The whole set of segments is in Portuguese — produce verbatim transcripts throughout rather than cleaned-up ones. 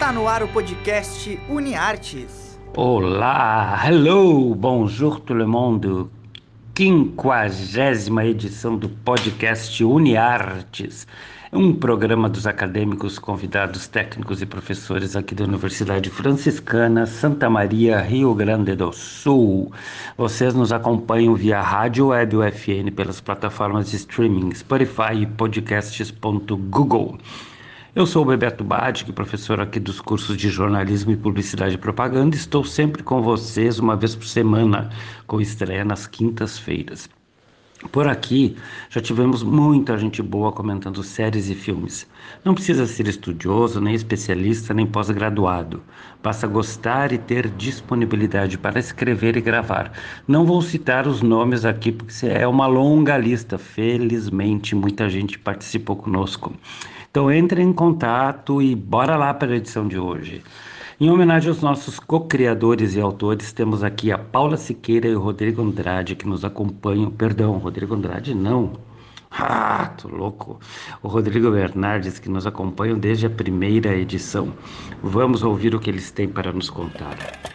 Está no ar o podcast UniArtes. Olá, hello, bonjour tout le monde. Quinquagésima edição do podcast UniArtes, um programa dos acadêmicos, convidados, técnicos e professores aqui da Universidade Franciscana Santa Maria, Rio Grande do Sul. Vocês nos acompanham via rádio web U F N pelas plataformas de streaming Spotify e podcasts ponto google. Eu sou o Bebeto Badic, professor aqui dos cursos de jornalismo e publicidade e propaganda. Estou sempre com vocês uma vez por semana, com estreia nas quintas-feiras. Por aqui já tivemos muita gente boa comentando séries e filmes. Não precisa ser estudioso, nem especialista, nem pós-graduado. Basta gostar e ter disponibilidade para escrever e gravar. Não vou citar os nomes aqui porque é uma longa lista. Felizmente muita gente participou conosco. Então entre em contato e bora lá para a edição de hoje. Em homenagem aos nossos co-criadores e autores, temos aqui a Paula Siqueira e o Rodrigo Andrade, que nos acompanham. Perdão, Rodrigo Andrade não. Ah, tô louco. O Rodrigo Bernardes, que nos acompanham desde a primeira edição. Vamos ouvir o que eles têm para nos contar.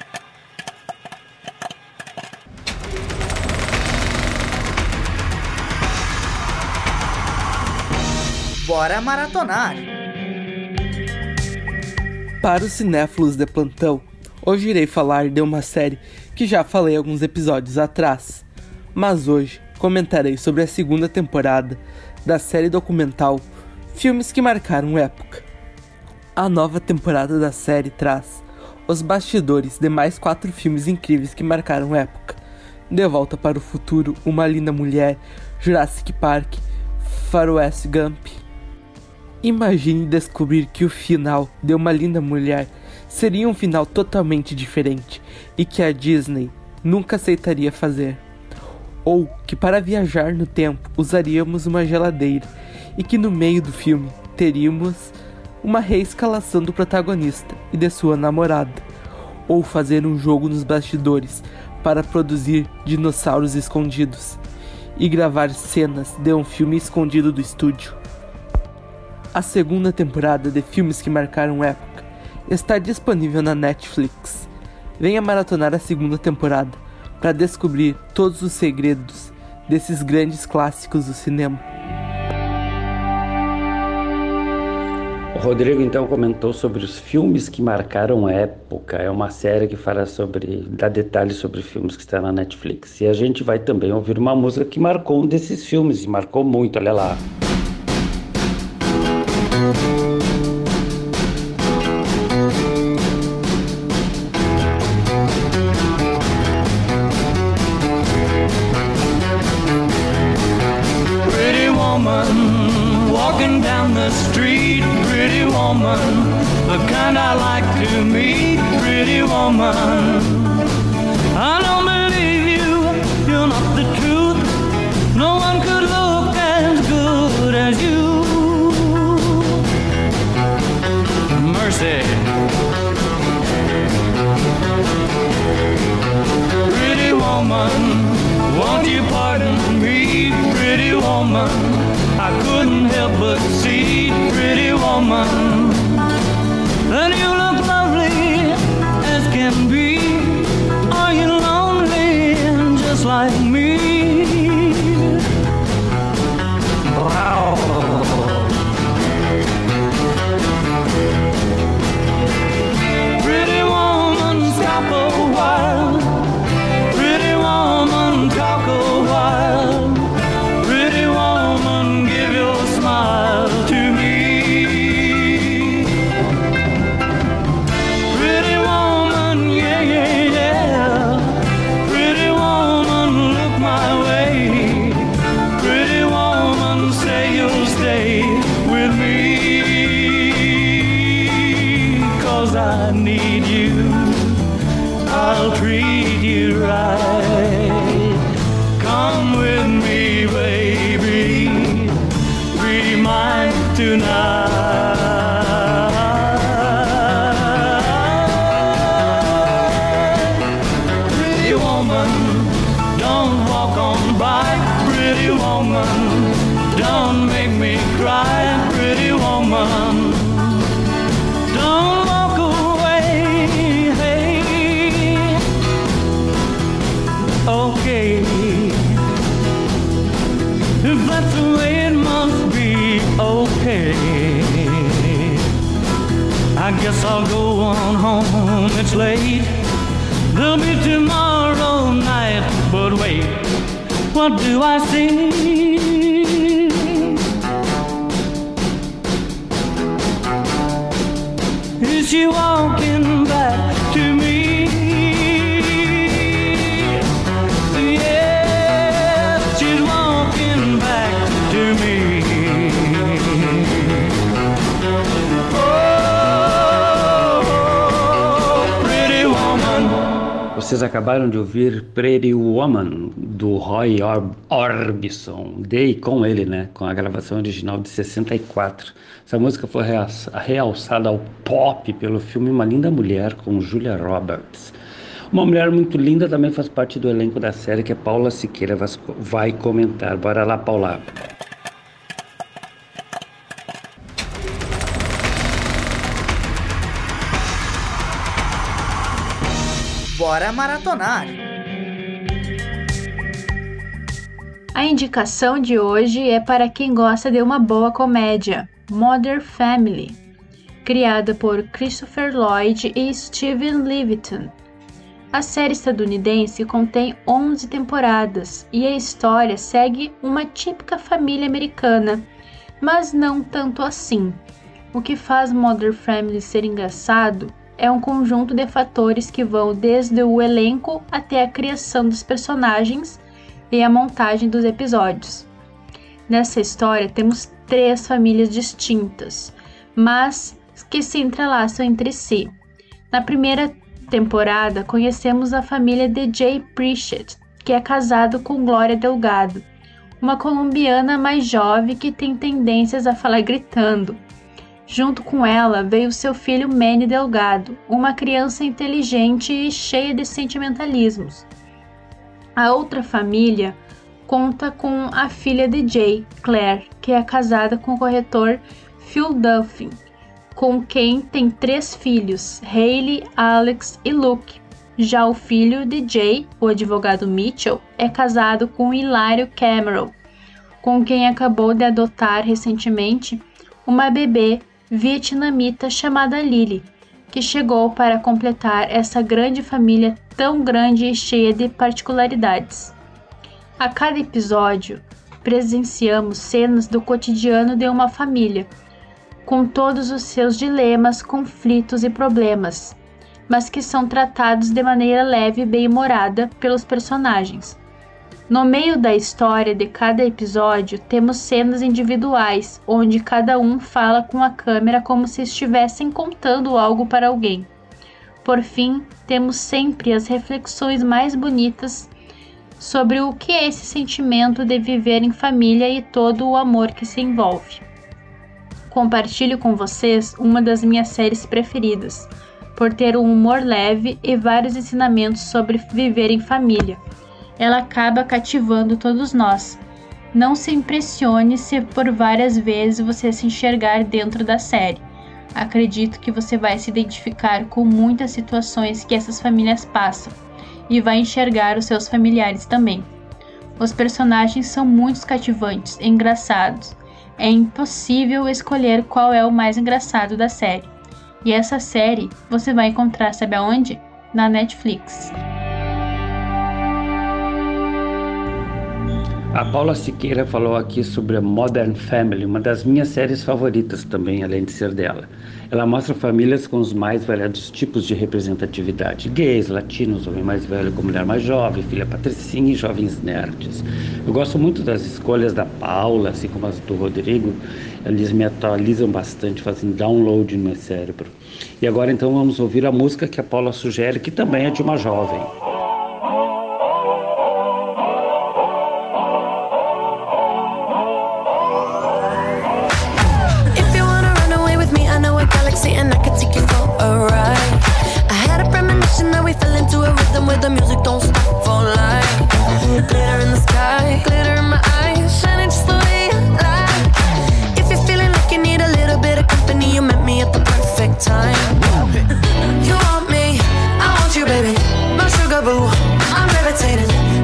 Bora maratonar! Para os cinéfilos de plantão, hoje irei falar de uma série que já falei alguns episódios atrás, mas hoje comentarei sobre a segunda temporada da série documental Filmes que Marcaram Época. A nova temporada da série traz os bastidores de mais quatro filmes incríveis que marcaram época: De Volta para o Futuro, Uma Linda Mulher, Jurassic Park, Forrest Gump. Imagine descobrir que o final de Uma Linda Mulher seria um final totalmente diferente e que a Disney nunca aceitaria fazer. Ou que para viajar no tempo usaríamos uma geladeira e que no meio do filme teríamos uma reescalação do protagonista e de sua namorada. Ou fazer um jogo nos bastidores para produzir dinossauros escondidos e gravar cenas de um filme escondido do estúdio. A segunda temporada de Filmes que Marcaram Época está disponível na Netflix. Venha maratonar a segunda temporada para descobrir todos os segredos desses grandes clássicos do cinema. O Rodrigo então comentou sobre os filmes que marcaram época. É uma série que fala sobre, dá detalhes sobre filmes que está na Netflix. E a gente vai também ouvir uma música que marcou um desses filmes, e marcou muito, olha lá. Pretty woman walking down the street, pretty woman, the kind I like to meet, pretty woman. I don't believe you, you're not the truth. No one could look as good as you. Mercy. Pretty woman, won't you pardon me, pretty woman? I couldn't help but see, pretty woman, that you look lovely as can be. Are you lonely just like me? Wow. Pretty woman, stop a while. Pretty woman, talk a while. Pretty woman, give your smile to me. Pretty woman, yeah, yeah, yeah. Pretty woman, look my way. Pretty woman, say you'll stay with me. 'Cause I need you, I'll treat you right. Come with me, baby, be mine tonight. Pretty woman, don't walk on by. Pretty woman, don't make me cry. Pretty woman, don't walk away. okay. If that's the way it must be, okay. I guess I'll go on home, it's late. There'll be tomorrow night, but wait, what do I see? Is she walking back to me? Yeah, she's walking back to me. Vocês acabaram de ouvir Pretty Woman, do Roy Or- Orbison, de e com ele, né? Com a gravação original de sessenta e quatro. Essa música foi realçada ao pop pelo filme Uma Linda Mulher, com Julia Roberts. Uma mulher muito linda também faz parte do elenco da série, que a Paula Siqueira vai comentar. Bora lá, Paula. Bora maratonar! A indicação de hoje é para quem gosta de uma boa comédia, Modern Family, criada por Christopher Lloyd e Steven Levitan. A série estadunidense contém onze temporadas e a história segue uma típica família americana, mas não tanto assim. O que faz Modern Family ser engraçado é um conjunto de fatores que vão desde o elenco até a criação dos personagens e a montagem dos episódios. Nessa história temos três famílias distintas, mas que se entrelaçam entre si. Na primeira temporada conhecemos a família de Jay Pritchett, que é casado com Glória Delgado, uma colombiana mais jovem que tem tendências a falar gritando. Junto com ela veio seu filho Manny Delgado, uma criança inteligente e cheia de sentimentalismos. A outra família conta com a filha de Jay, Claire, que é casada com o corretor Phil Duffy, com quem tem três filhos, Hayley, Alex e Luke. Já o filho de Jay, o advogado Mitchell, é casado com Hilário Cameron, com quem acabou de adotar recentemente uma bebê vietnamita chamada Lily, que chegou para completar essa grande família tão grande e cheia de particularidades. A cada episódio, presenciamos cenas do cotidiano de uma família, com todos os seus dilemas, conflitos e problemas, mas que são tratados de maneira leve e bem-humorada pelos personagens. No meio da história de cada episódio, temos cenas individuais, onde cada um fala com a câmera como se estivessem contando algo para alguém. Por fim, temos sempre as reflexões mais bonitas sobre o que é esse sentimento de viver em família e todo o amor que se envolve. Compartilho com vocês uma das minhas séries preferidas, por ter um humor leve e vários ensinamentos sobre viver em família. Ela acaba cativando todos nós. Não se impressione se por várias vezes você se enxergar dentro da série. Acredito que você vai se identificar com muitas situações que essas famílias passam e vai enxergar os seus familiares também. Os personagens são muito cativantes e engraçados. É impossível escolher qual é o mais engraçado da série. E essa série você vai encontrar, sabe aonde? Na Netflix. A Paula Siqueira falou aqui sobre a Modern Family, uma das minhas séries favoritas também, além de ser dela. Ela mostra famílias com os mais variados tipos de representatividade: gays, latinos, homem mais velho com mulher mais jovem, filha patricinha e jovens nerds. Eu gosto muito das escolhas da Paula, assim como as do Rodrigo. Eles me atualizam bastante, fazem download no meu cérebro. E agora então vamos ouvir a música que a Paula sugere, que também é de uma jovem. And I could take you for a ride. I had a premonition that we fell into a rhythm where the music don't stop for life. Glitter in the sky, glitter in my eyes, shining just the way I like. If you're feeling like you need a little bit of company, you met me at the perfect time. You want me, I want you, baby. My sugar boo, I'm levitating.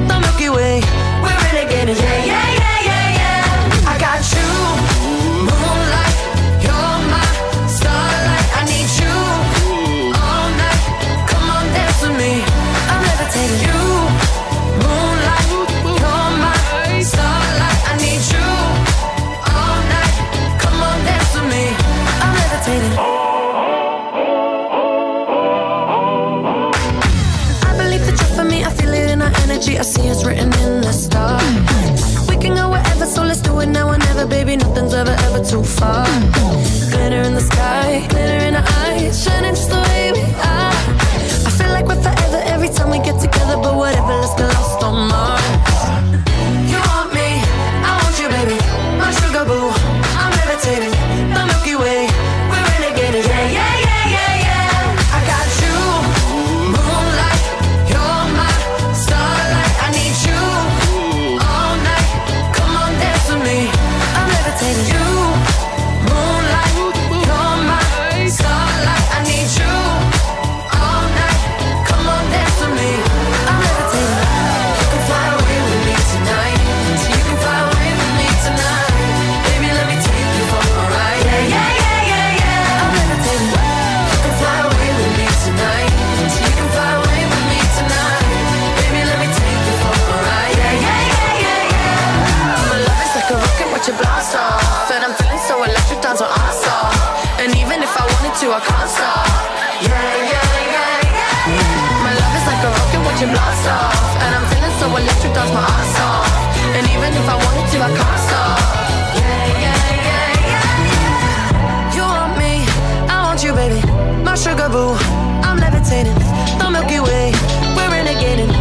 to, I can't stop. Yeah, yeah, yeah, yeah. My love is like a rocket watching blast off, and I'm feeling so electric, dance my ass off. And even if I wanted to, I can't stop. Yeah, yeah, yeah, yeah. You want me, I want you, baby. My sugar boo, I'm levitating. The Milky Way, we're renegading.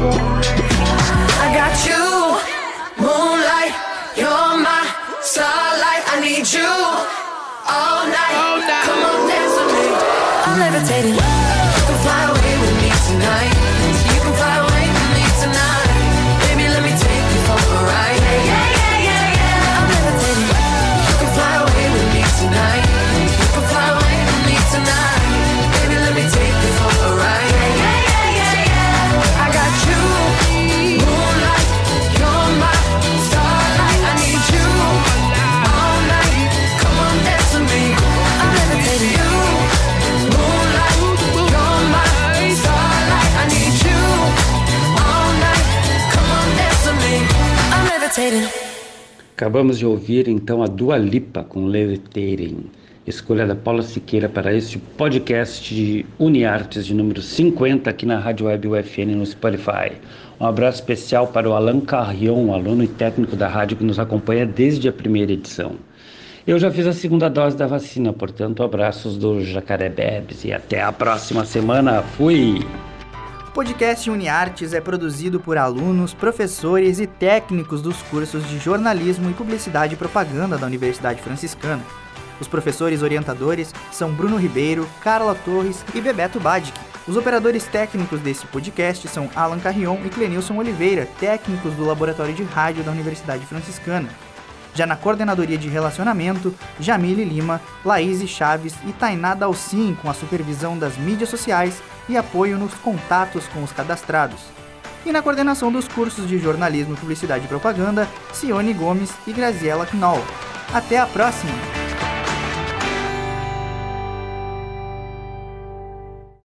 I got you, moonlight, you're my starlight. I need you all night. All night. Come on, dance with me. I'm levitating. You can fly away with me tonight. You can fly away with me tonight. Baby, let me take you for a ride. Yeah, yeah, yeah, yeah, yeah. I'm levitating. You can fly away with me tonight. You can fly away with me tonight. Baby, let me take you for a ride. Yeah, yeah, yeah, yeah, yeah. I got you, moonlight, you're my starlight. I need you all night. Come on, dance with me. I'm levitating. You, moonlight, you're my starlight. I need you all night. Come on, dance with me. I'm levitating. Acabamos de ouvir então a Dua Lipa com Levitating, escolha da Paula Siqueira para este podcast de Uniartes de número cinquenta aqui na Rádio Web U F N no Spotify. Um abraço especial para o Alan Carrion, aluno e técnico da rádio que nos acompanha desde a primeira edição. Eu já fiz a segunda dose da vacina, portanto, abraços do Jacaré Bebes e até a próxima semana. Fui! O podcast Uniartes é produzido por alunos, professores e técnicos dos cursos de jornalismo e publicidade e propaganda da Universidade Franciscana. Os professores orientadores são Bruno Ribeiro, Carla Torres e Bebeto Badic. Os operadores técnicos desse podcast são Alan Carrion e Clenilson Oliveira, técnicos do Laboratório de Rádio da Universidade Franciscana. Já na coordenadoria de relacionamento, Jamile Lima, Laís Chaves e Tainá Dalcin, com a supervisão das mídias sociais e apoio nos contatos com os cadastrados. E na coordenação dos cursos de jornalismo, publicidade e propaganda, Cione Gomes e Graziela Knoll. Até a próxima!